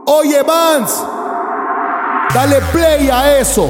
Oye, Vance, dale play a eso.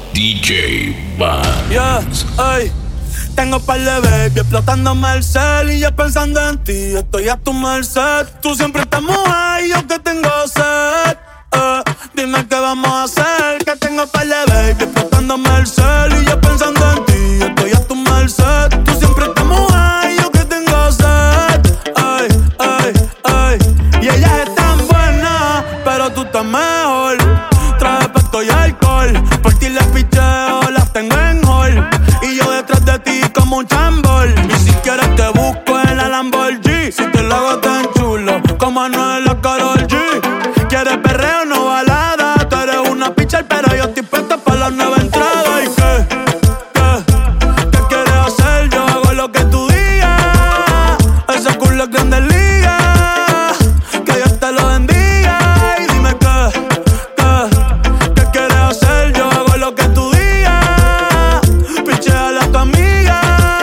DJ Vance. Yeah, ay. Tengo par de baby explotándome el cel y yo pensando en ti, estoy a tu merced. Tú siempre estás mujer y yo que tengo sed. Dime qué vamos a hacer, que tengo par de baby explotándome el cel y yo pensando en ti, estoy a tu merced. Tú siempre estás mujer y yo que tengo sed. Ay, ay, ay. Y ellas están buenas, pero tú estás mejor. Traje pesto y alcohol, por ti les picheo, las tengo en hall. Y yo detrás de ti como un chambol. Y si quieres te busco en la Lamborghini. Si te lo hago tan chulo como Anuel la Karol G. ¿Quieres perreo no balada? Tú eres una pitcher pero yo estoy puesta para las 9 entradas. ¿Y qué quieres hacer? Yo hago lo que tú digas. Ese culo es grande liga. Que Dios te lo bendiga. Y dime ¿qué quieres hacer? Yo hago lo que tú digas. Picheale a tu amiga.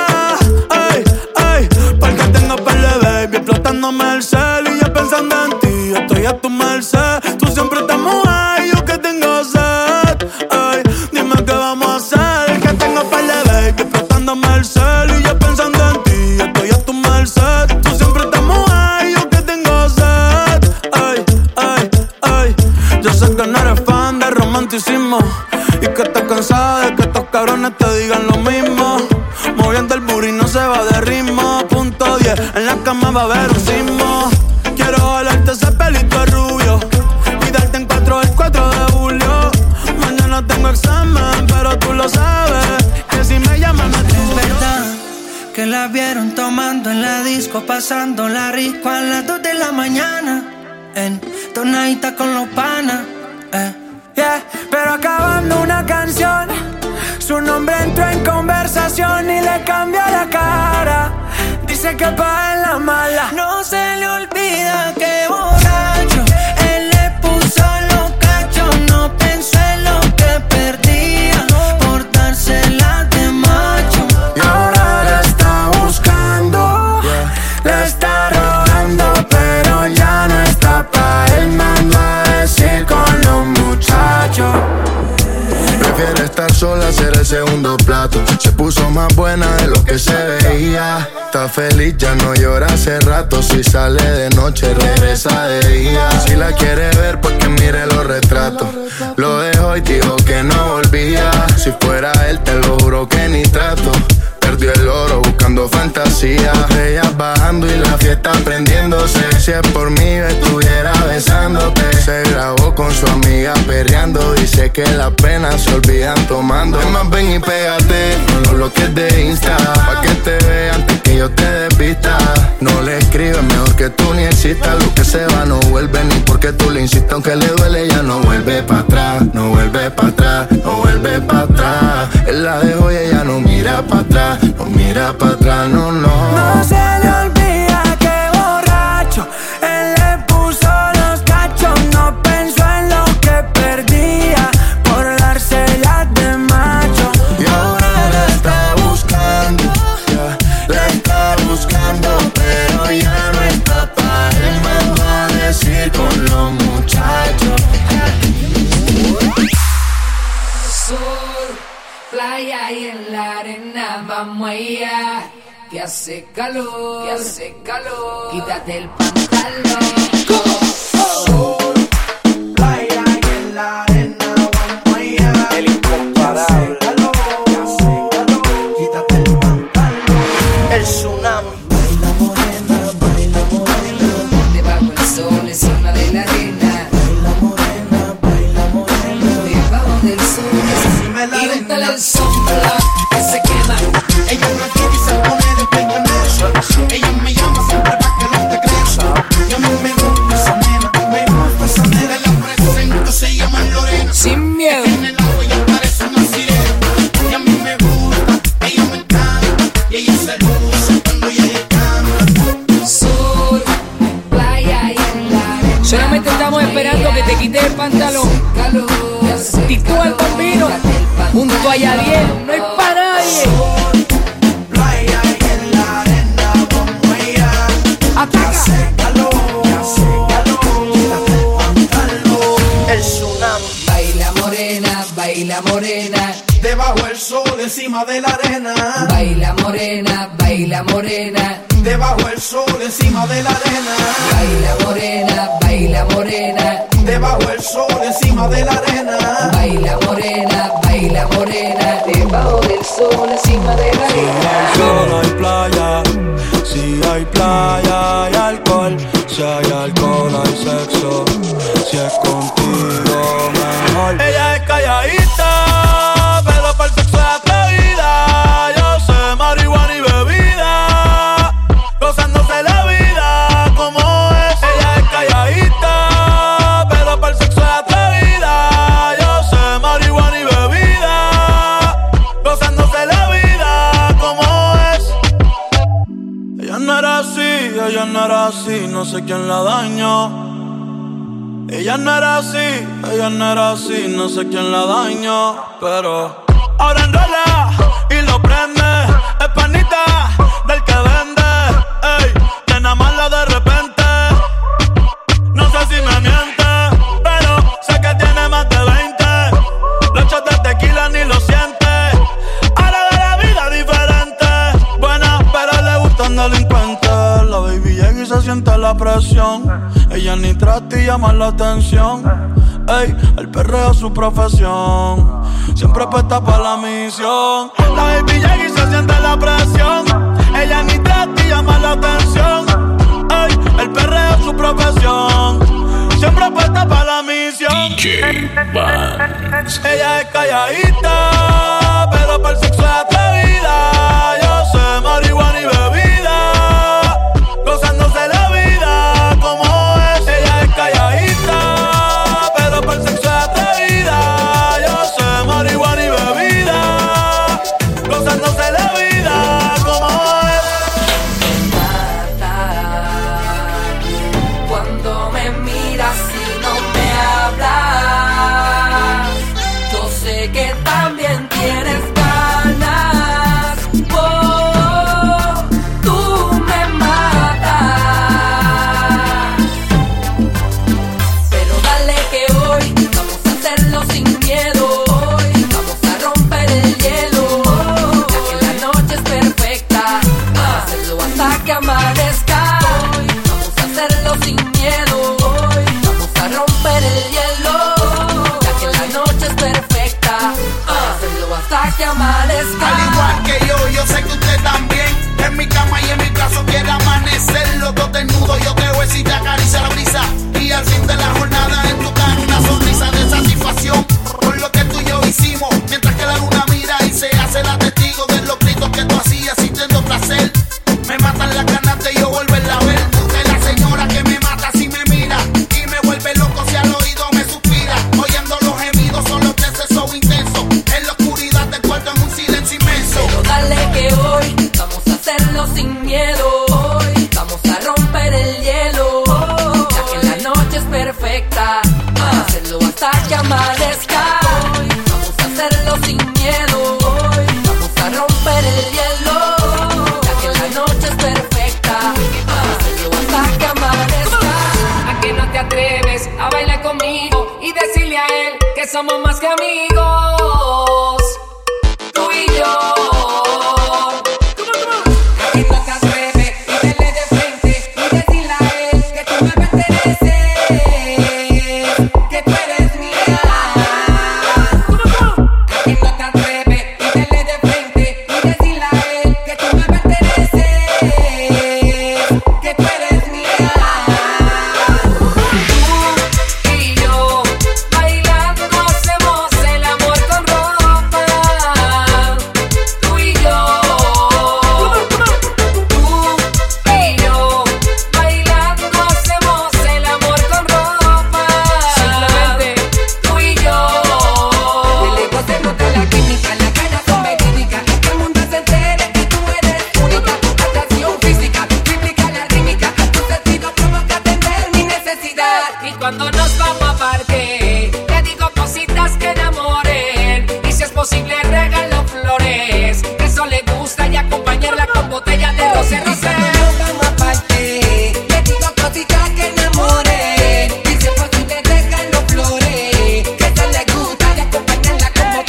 Ay, ay. Porque tengo par de baby explotándome el cel y yo pensando en ti, estoy a tu merced. Tú siempre estás mujer y yo que tengo sed. Ay, dime qué vamos a hacer. Que tengo par de baby explotándome el cel y yo pensando en ti, estoy a tu merced. Tú siempre estás mujer y yo que tengo sed. Ay, ay, ay. Yo sé que no eres fan de romanticismo y que estás cansada de que estos cabrones te digan lo mismo. Moviendo el booty no se va de ritmo. Punto 10, en la cama va a haber un sismo. Quiero jalarte ese pelito rubio y darte en 4 el 4 de julio. Mañana tengo examen, pero tú lo sabes, que si me llaman me estudio. Es verdad que la vieron tomando en la disco, pasándola rico a las 2 de la mañana, en tonadita con los panas, yeah. Pero acabando una canción, su nombre entró en conversación y le cambió la cara. Dice que pa' en la mala no se le olvida que borracho él le puso los cachos. No pensó en lo que perdía por dársela de macho. Y ahora la está buscando, la está rogando, pero ya no está pa' él. Mando a decir con los muchachos. Prefiere estar sola, ser el segundo plato. Se puso más buena de lo que se veía. Está feliz, ya no llora hace rato. Si sale de noche, regresa de día. Si la quiere ver, pues que mire los retratos. Lo dejó y dijo que no volvía. Si fuera él, te lo juro que ni trato. Perdió el oro buscando fantasía. Ellas bajando y la fiesta prendiéndose. Si es por mí, estuviera besándote. Se grabó con su amiga perreando. Dice que las penas se olvidan tomando. Es más, ven y pégate con los bloques de Insta, pa' que te vean antes que yo te desvista. No le escribes, mejor que tú ni existas. Lo que se va no vuelve, ni porque tú le insistas. Aunque le duele, ya no vuelve pa' atrás. No vuelve pa' atrás, no vuelve pa' atrás. Él la dejó y ella no mira pa' atrás. No mira pa' atrás, no, no. No se le olvida que borracho él le puso los cachos. No pensó en lo que perdía por dársela de macho. Y ahora la está buscando, la está buscando, pero ya no está pa' él. Mando a decir con los muchachos. Sol, playa y en la arena vamos allá. Que hace calor, quítate el pantalón. Sol, playa y en la arena vamos allá. El incomparable. Que hace calor, quítate el pantalón. El tsunami. Baila morena, Debajo el sol, encima de la arena. baila morena. Debajo del sol, Encima de la y úntale arena. el sombra que se quema. Ella no quiere y se pone de pestañeo. Ella me llama siempre pa' que no te creas. Y a mí me gusta esa nena, me gusta esa nena. La presento, se llama Lorena. Sin miedo. En el agua ella parece una sirena. Y a mí me gusta, ella me encanta. Y ella se luce cuando ella canta. Sol, playa y en la arena. Solamente estamos esperando que te quites el pantalón. Calor, que hace Titúa el calor, bambino quítate el pantalón. junto a Yadiel. No hay para nadie. Playa y en la arena vamos allá. Ataca. Hace calor, quítate el pantalón. baila morena. Debajo el sol, encima de la arena. Baila morena, baila morena. Debajo el sol, encima de la arena. Baila morena, baila morena. Debajo el sol, encima de la arena. Baila morena, baila morena. Debajo del sol, encima de la arena. Si hay sol, hay playa. Si hay playa, hay alcohol. Si hay alcohol, hay sexo. Si es contigo, mejor. Ella es calladita, pero para el sexo es atrevida. Yo sé marihuana y bebida, gozándose la vida como es. Ella es calladita, pero para el sexo es atrevida. Yo sé marihuana y bebida, gozándose la vida como es. Ella no era así, no sé quién la dañó. Ella no era así, no sé quién la dañó. Pero ahora enrola y lo prende. Es panita del que vende. Ey, que nada más la de repente. No sé si me miente, pero sé que tiene más de 20. Los shots de tequila ni lo siente. Ahora ve la vida diferente. Buena, pero le gustan delincuentes. La baby llega y se siente la presión. Ella ni trata y llama la atención. Ey, el perreo es su profesión. Siempre puesta para la misión. La baby llega y se siente la presión. Ella ni trata y llama la atención. Ey, el perreo es su profesión. Siempre puesta para la misión. DJ Vance. Ella es calladita, pero para el sexo es atrevida. Yo sé marihuana y bebida, gozándose la vida como es. Ella es calladita, pero para el sexo es atrevida. Yo sé marihuana y bebida, gozándose la vida como es. Cuando me miras y no me hablas, yo sé que también tienes ganas. Oh, tú me matas. Pero dale que hoy vamos a hacerlo sin miedo. Hoy vamos a romper el hielo, ya que la noche es perfecta. Hacerlo hasta que amanezca. Hoy vamos a hacerlo sin miedo. Hoy vamos a romper el hielo, ya que la noche es perfecta. Hacerlo hasta que amanezca. Al igual que yo sé que usted también. En mi cama y en mi brazo quiere amanecer. Los dos desnudos, yo te beso y te acaricia la brisa. Y al fin de la jornada en tu cara una sonrisa de satisfacción por lo que tú y yo hicimos. Mientras que la luna mira y se hace la testigo de los gritos que tú hacías sintiendo placer. Me matan las ganas de yo volverla a ver. Usted es la señora que me mata si me mira y me vuelve loco si al oído me suspira. Oyendo los gemidos son los de sexo intenso. En la oscuridad del cuarto en un silencio inmenso. Pero dale que hoy vamos a hacerlo sin miedo. Hoy vamos a romper el hielo, ya que la noche es perfecta. Hacerlo hasta que amanezca. Hoy vamos a hacerlo sin miedo. Hoy vamos a romper el hielo, ya que la noche es perfecta. Hacerlo hasta que amanezca. ¿A que no te atreves a bailar conmigo y decirle a él que somos más que amigos? Tú y yo. ¿A que no te atreves y verle de frente y decirle a él que tú me perteneces, que tú eres mía? ¿A que no te atreves y verle de frente y decirle a él que tú me perteneces, que tú eres mía? Tú y yo bailando hacemos el amor con ropa. Tú y yo. Tú y yo bailando hacemos el amor con ropa. Simplemente tú y yo. El ego se nota la química, las ganas son verídicas. Que el mundo se entere que tú eres única. Atracción física, triplica la rítmica. Tu sentido provoca atender mi necesidad. Y cuando nos vamos aparte, te digo cositas que enamoren. Y si es posible regalo flores, que eso le gusta, y acompañarla con botella de rosé rosé. Nos vamos aparte, te digo cositas que enamoren. Y si es posible regalo flores, que eso le gusta, y acompañarla con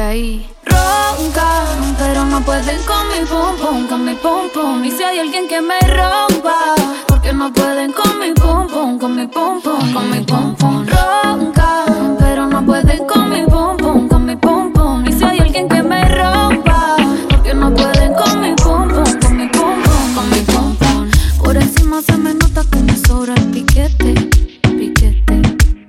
ahí. Roncan, pero no pueden con mi pum pum, con mi pum pum. Y si hay alguien que me rompa, porque no pueden con mi pum pum, con mi pum pum, con mi pum pum. Roncan, pero no pueden con mi pum pum, con mi pum pum. Y si hay alguien que me rompa, porque no pueden con mi pum pum, con mi pum pum, con mi pum pum. Por encima se me nota que me sobra el piquete, piquete.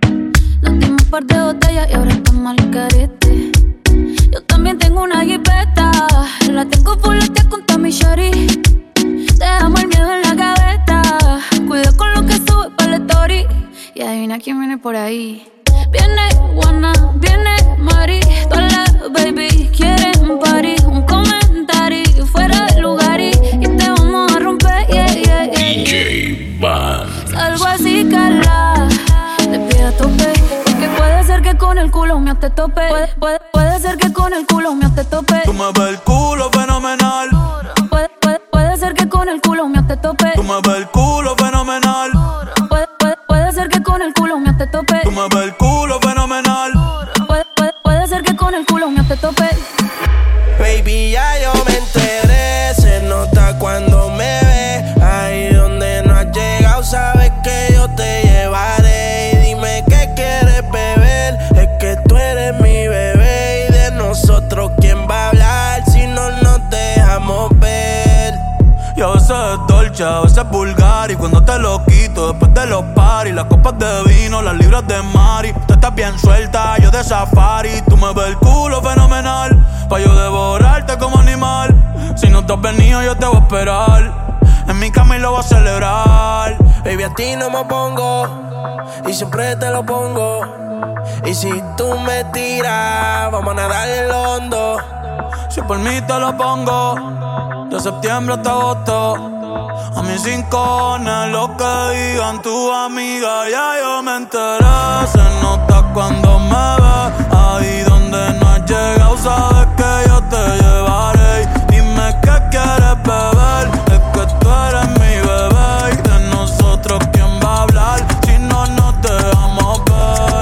Nos dimos un par de botellas y ahora estamos al carete. Yo también tengo una jipeta, la tengo fuletea con Tommy Shorty. Dejamos el miedo en la gaveta, cuida con lo que sube para el story. Y adivina quién viene por ahí. Viene Juana, viene Mari, todas las baby quieren party. Un comentario fuera de lugar y te vamos a romper, yeah, yeah, yeah. DJ Vans. Algo así, Carla, te pido a tope, porque puede ser que con el culo me te tope. Puede ser que con el culo me te tope. Tú me ves el culo fenomenal. Puede ser que con el culo me te tope. Tú me ves el culo fenomenal. Puede ser que con el culo me te tope. Tú me ves el culo fenomenal. Puede ser que con el culo me te tope. Baby, ya yo me enteré. Se nota cuando me ves. Ahí donde no has llegado, sabes que yo te llevaré. Y dime qué quieres beber. Es que tú eres mi bebé. Y de nosotros, ¿quién va a hablar si no nos dejamos ver? Y a veces es dolce, a veces es vulgar. Y cuando te lo quito, después de los party, las copas de vino, las libras de Mari. Tú estás bien suelta, yo de safari. Tú me ves el culo fenomenal, pa' yo devorarte como animal. Si no te has venido, yo te voy a esperar. En mi cama y lo voy a celebrar. Baby, a ti no me pongo y siempre te lo pongo. Y si tú me tiras, vamos a nadar en el hondo. Si por mí te lo pongo, de septiembre hasta agosto. A mis 5 cojones lo que digan tu amiga. Ya yo me enteré, se nota cuando me ves. Ahí donde no has llegado, sabes que yo te llevaré. Dime qué quieres beber, es que tú eres mi bebé. Y de nosotros, ¿quién va a hablar si no nos dejamos ver?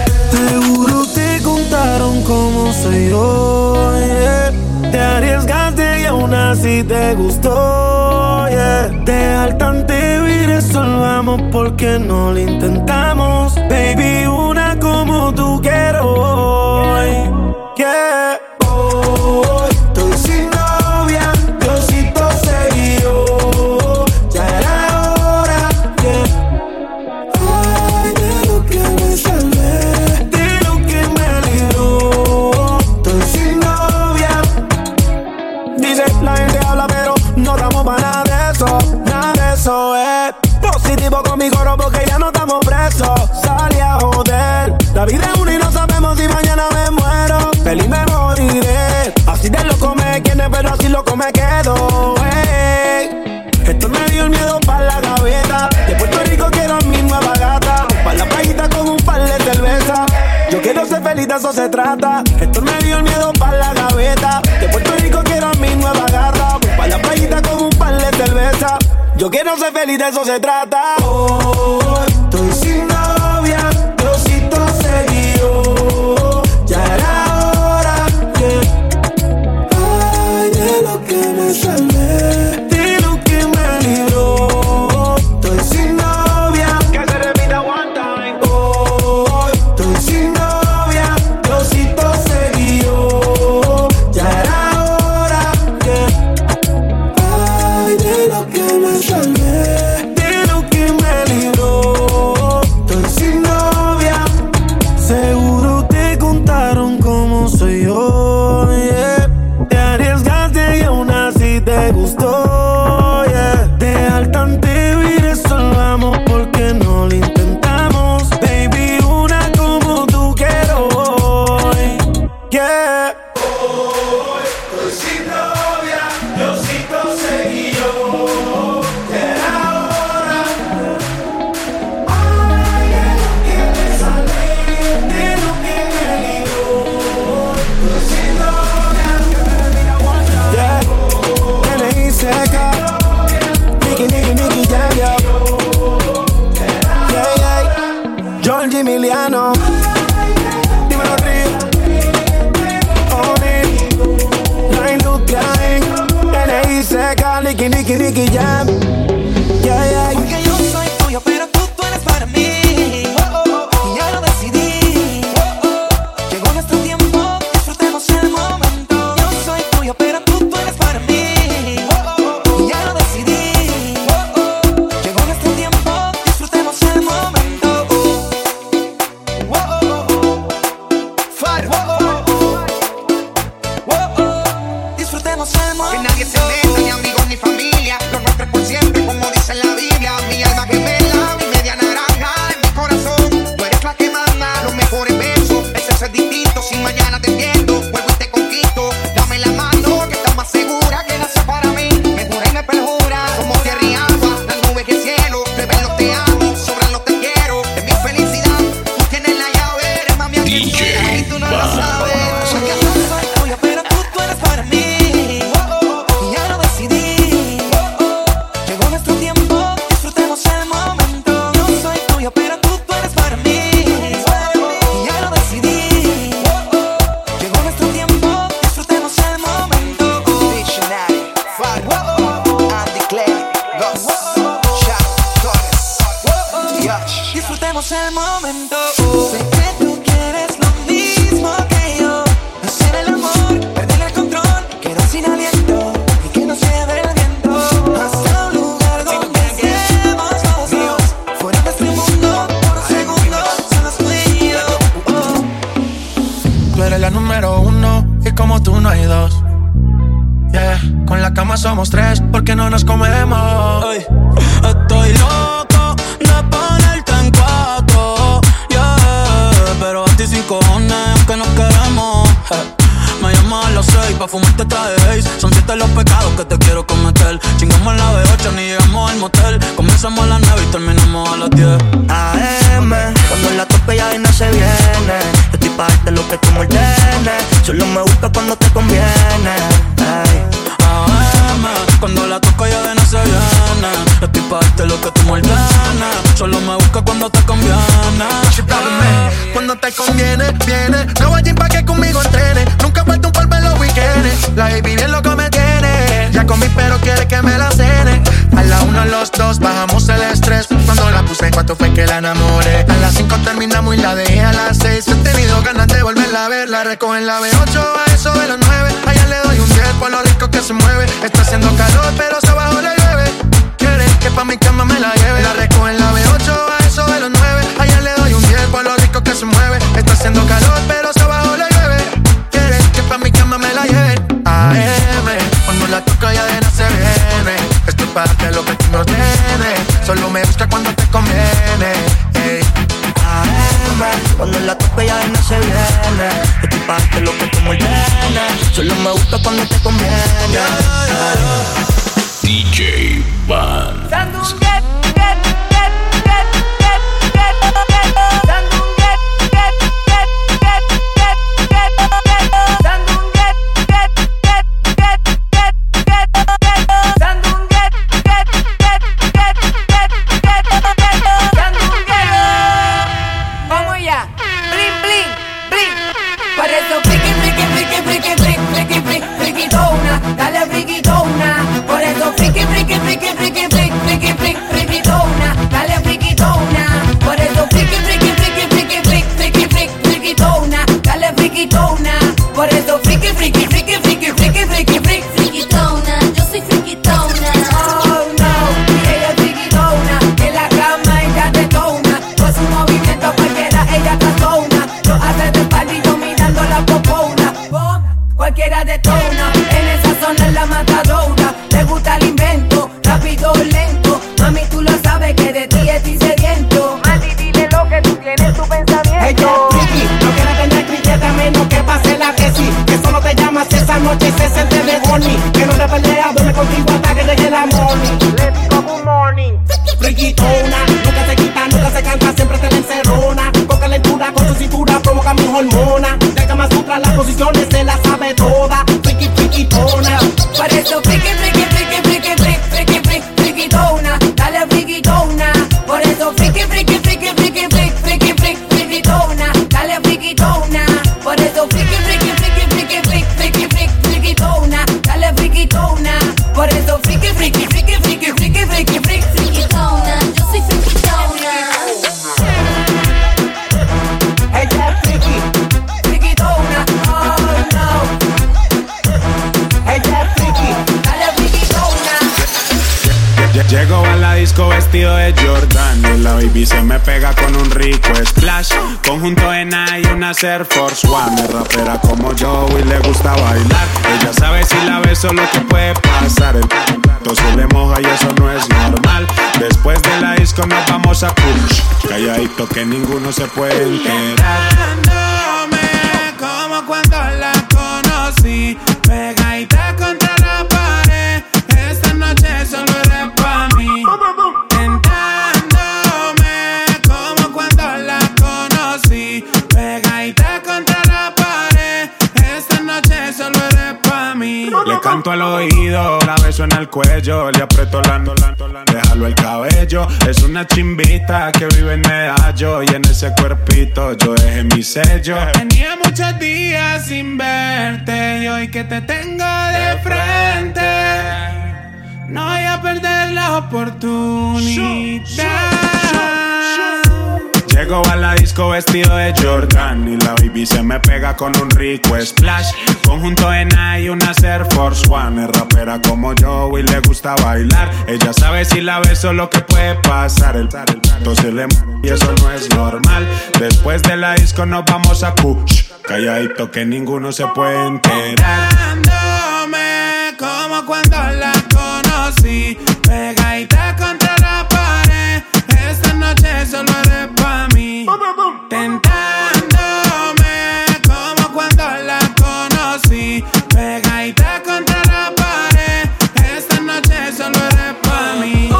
Seguro te contaron cómo soy yo, yeah. Te arriesgaste y aún así te gustó, yeah. Dejar tan y resolvamos porque no lo intentamos. Baby, una como tú quiero hoy, yeah. Hoy estoy sin novia, Diosito seguido. Ya era hora, yeah. Ay, de lo que me salvé, de lo que me libró. Estoy sin novia. Dice, la gente habla pero no estamos para nada de eso. Nada de eso es positivo con mi coro porque ya no estamos presos. Salí a joder, la vida es una y no sabemos si mañana me muero. Feliz me moriré, así de loco me quiere pero así loco me quedo, hey. Esto me dio el miedo para la gaveta. De Puerto Rico quiero mi nueva gata. Pa' la playita con un par de cerveza. Yo quiero ser feliz, de eso se trata. Esto me dio el miedo para la gaveta. De Puerto Rico quiero mi nueva gata. Pa' la playita con un par de cerveza. Yo quiero ser feliz, de eso se trata. Oh, estoy sin novia, Diosito seguido. Ya era hora, yeah. Ay, de lo que me salvé, de lo que me libró. Estoy sin novia, que se repita one time. Oh, estoy sin novia, Diosito seguido. Ya era hora, yeah. Ay, de lo que me salvé, de lo que me libró. Estoy sin novia. Seguro te contaron cómo soy yo, yeah. Te arriesgaste y aún así te gustó, yeah. Dejar tan y resolvamos porque no lo intentamos. Baby, una como tú quiero hoy, yeah. Hoy estoy sin novia, Diosito seguido. Ya era hora. Ay, de lo que me salí, de lo que me libró. Estoy sin novia, yeah. NI seca, Nicky, yeah, yeah. Yeah, yeah. George Emiliano, dímelo, Rick. Oh, Nicky Jam. Yeah. Porque yo soy tuyo, pero tú eres para mí. Y ya lo decidí. Llegó nuestro tiempo, disfrutemos el momento. Yo soy tuyo, pero tú eres para mí. Y ya lo decidí. Llegó nuestro tiempo, disfrutemos el momento. Disfrutemos el momento. Que nadie se meta, ni amigos ni familia. Lo nuestro es por siempre, como dice la Biblia. Mi alma gemela, mi media naranja. En mi corazón, tú eres la que manda los mejores besos. Ese ser distinto, si mañana te pierdo, vuelvo y te conquisto. Dame la mano, que estás más segura que nace para mí. Me jura y me perjura, somos tierra y agua, las nubes y el cielo. Bebé, los te amo, sobran los te quiero. De mi felicidad, tú tienes la llave. Eres mami, DJ y tú no lo sabes. Porque yo soy tuyo, pero tú eres para mí. Y ya lo decidí. Llegó nuestro tiempo, disfrutemos el momento. Yo soy tuyo, pero tú eres para mí. Y ya lo decidí. Llegó nuestro tiempo, disfrutemos el momento. Dictionary, Andy Clay, Ghost, Shaq, Torres, Yash. Disfrutemos el momento. Sé que tú quieres lo mismo que yo. Hacer el amor, perder el control, quedar sin aliento y que nos lleve el viento hasta un lugar donde estemos los dos. Fuera de este mundo, por un segundo, solo tú y yo. Tú eres la número uno y como tú no hay dos. Yeah, con la cama somos tres porque no nos comemos. Ay, estoy loco de ponerte en cuatro, yeah. Pero a ti sin cojones, aunque nos queremos. Me llamas a las 6 pa' fumarte traje Haze. Son 7 los pecados que te quiero cometer. Chingamos en la B8, ni llegamos al motel. Comenzamos a las 9 y terminamos a las 10 AM, cuando la tope ya no se viene. Yo estoy pa' darte lo que tú me ordenes. Solo me busca cuando te conviene. Ay. AM, cuando la toco ya de no se viene. Estoy pa' darte lo que tú me ordenes. Solo me busca cuando te conviene. Cuando te conviene, viene. No vayas pa' que conmigo entrene. Nunca falta un polvo en los weekends. La baby bien loco me tiene. Ya comí pero quiere que me la cene. A la 1, los 2 bajamos el estrés. Cuando la puse en 4 fue que la enamoré. A las 5 terminamos y la dejé a las 6. He tenido ganas de volverla a ver. La recojo en la B8 a eso de los 9. Allá le doy un 10 por lo rico que se mueve. Está haciendo calor pero se abajo le llueve. Quiere que pa' mi cama me la lleve. La recojo en la B8 a eso de los 9. Allá le doy un 10 por lo rico que se mueve. Está haciendo calor pero se abajo le llueve. Quiere que pa' mi cama me la lleve. AM, cuando la toca ya de no se viene. Estoy pa' darte lo que tú me ordenes. Solo me busca cuando te conviene. Ey. AM, cuando la tope ya no se viene. Yo estoy pa' darte lo que tú me ordenes. Solo me busca cuando te conviene. DJ Van. Vamos ya, bling, bling, bling. Por eso friki, friki, friki, friki, friki, friki, friki, frikitona, dale frikitona. Por eso friki, friki, friki, friki, friki, friki, friki, frikitona, dale frikitona. Por eso friki, friki, friki, friki, friki, friki, friki, frikitona, dale frikitona. Por eso friki, friki, friki, friki, friki, friki, friki, Frikitona, yo soy frikitona. Oh no, ella es frikitona. En la cama ella detona. Con su movimiento cualquiera ella tatona. Lo hace de palillo mirando la popona. Cualquiera detona. En esa zona es la matadora. Le gusta el invento, rápido o lento. Mami, tú lo sabes que de ti estoy sediento. Mami, dile lo que tú tienes en tu pensamiento. Ella es friki, no quiere tener cricket a menos que pase la tesis. Que solo te llamas si esa noche se siente de horny. Que no te peleas, duerme contigo hasta que llegue la morning. Let's go, good morning. Frikitona, nunca se quita, nunca se cansa, siempre te la encerrona. Con calentura, con su cintura, provoca mis hormonas. De Kama Sutra, las posiciones se las sabe toda. Friki, frikitona. Por eso friki, friki, friki, friki, friki, friki, friki, frikitona, dale frikitona. Por eso friki, friki, friki, friki, friki, friki, friki, frikitona, dale frikitona. Por eso friki, friki, friki, friki, friki, friki, friki, frikitona, dale frikitona. Por eso friki, friki, Llego a la disco vestido de Jordan y la baby se me pega con un rico splash. Conjunto en y una Air Force One. Es rapera como yo y le gusta bailar. Ella sabe si la beso lo que puede pasar. El plato se le moja y eso no es normal. Después de la disco nos vamos a push. Calladito que ninguno se puede enterar. Como cuando la conocí, pegadita contra la pared. Esta noche solo eres pa' mí. Tentándome como cuando la conocí, pegadita contra la pared. Esta noche solo eres pa' mí. Le canto al oído, la beso en el cuello, le aprieto la déjalo el cabello. Es una chimbita que vive en Medallo y en ese cuerpito yo dejé mi sello. Tenía muchos días sin verte y hoy que te tengo de frente no voy a perder la oportunidad. Llego a la disco vestido de Jordan y la baby se me pega con un rico splash. Conjunto en y una Air Force One. Es rapera como yo y le gusta bailar. Ella sabe si la beso lo que puede pasar. El plato se le y eso no es normal. Después de la disco nos vamos a push. Calladito que ninguno se puede enterar. Tentándome como cuando la conocí, pegadita contra la pared. Esta noche solo eres pa' mí. Tentándome como cuando la conocí, pegadita contra la pared. Esta noche solo eres pa' mí.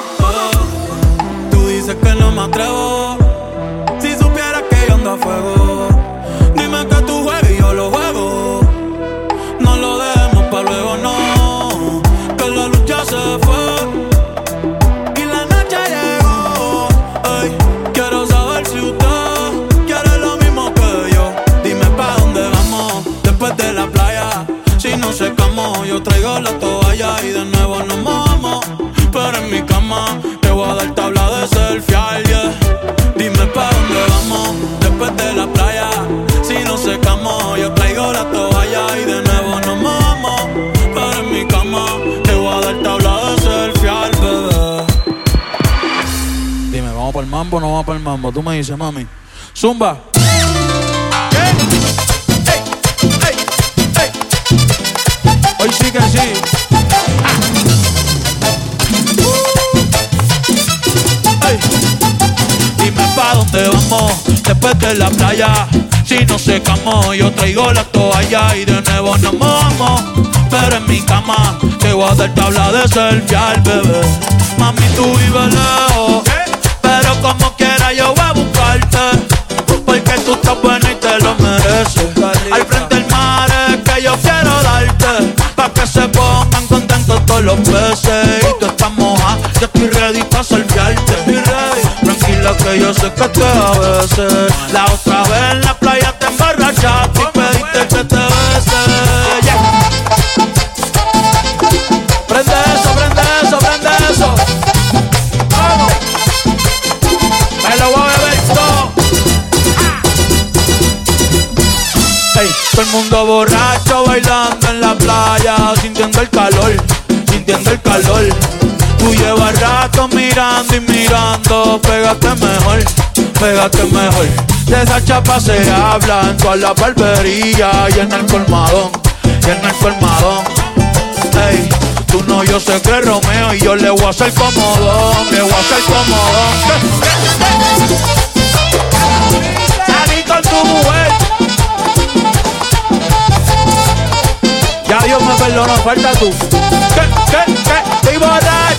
Tú dices que no me atrevo. Si supieras que yo ando a fuego. Dime que tú juegas y yo lo juego. No lo dejemos pa' luego, no. Que la lucha se fue. Yo traigo la toalla y de nuevo nos mojamos. Pero en mi cama te voy a dar tabla de selfie, yeah. Dime pa' dónde vamos después de la playa. Si nos secamos, yo traigo la toalla y de nuevo nos mojamos. Pero en mi cama te voy a dar tabla de selfie, bebé. Dime, ¿vamos para el mambo o no vamos para el mambo? Tú me dices, mami. Zumba. Hoy sí que sí. Hey. Dime pa' dónde vamos después de la playa. Si nos secamos, yo traigo la toalla y de nuevo nos mojamos. Pero en mi cama te voy a dar tabla de selfie al bebé. Mami, tú vives lejos, pero como quiera yo voy a buscarte. Porque tú estás buena y te lo mereces. Al frente del mar es que yo quiero darte. Pa' que se pongan contentos todos los peces. Y tú estás moja, yo estoy ready pa' salviarte. Tranquila que yo sé que te a veces. La otra vez en la playa te emborrachaste y pediste que te bese, yeah. Prende eso, prende eso, prende eso. Vamos. Me lo voy a beber todo. Hey, todo el mundo borracho bailando en la playa, sintiendo el calor, sintiendo el calor. Tú llevas rato mirando y mirando, pégate mejor, pégate mejor. De esa chapa se habla en toda la barbería y en el colmadón, y en el colmadón. Hey, tú no, yo sé que es Romeo y yo le voy a hacer comodón, le voy a hacer comodón. Salí con tu mujer. Ya Dios me perdonó, falta tú. ¿Qué? Estoy borracho.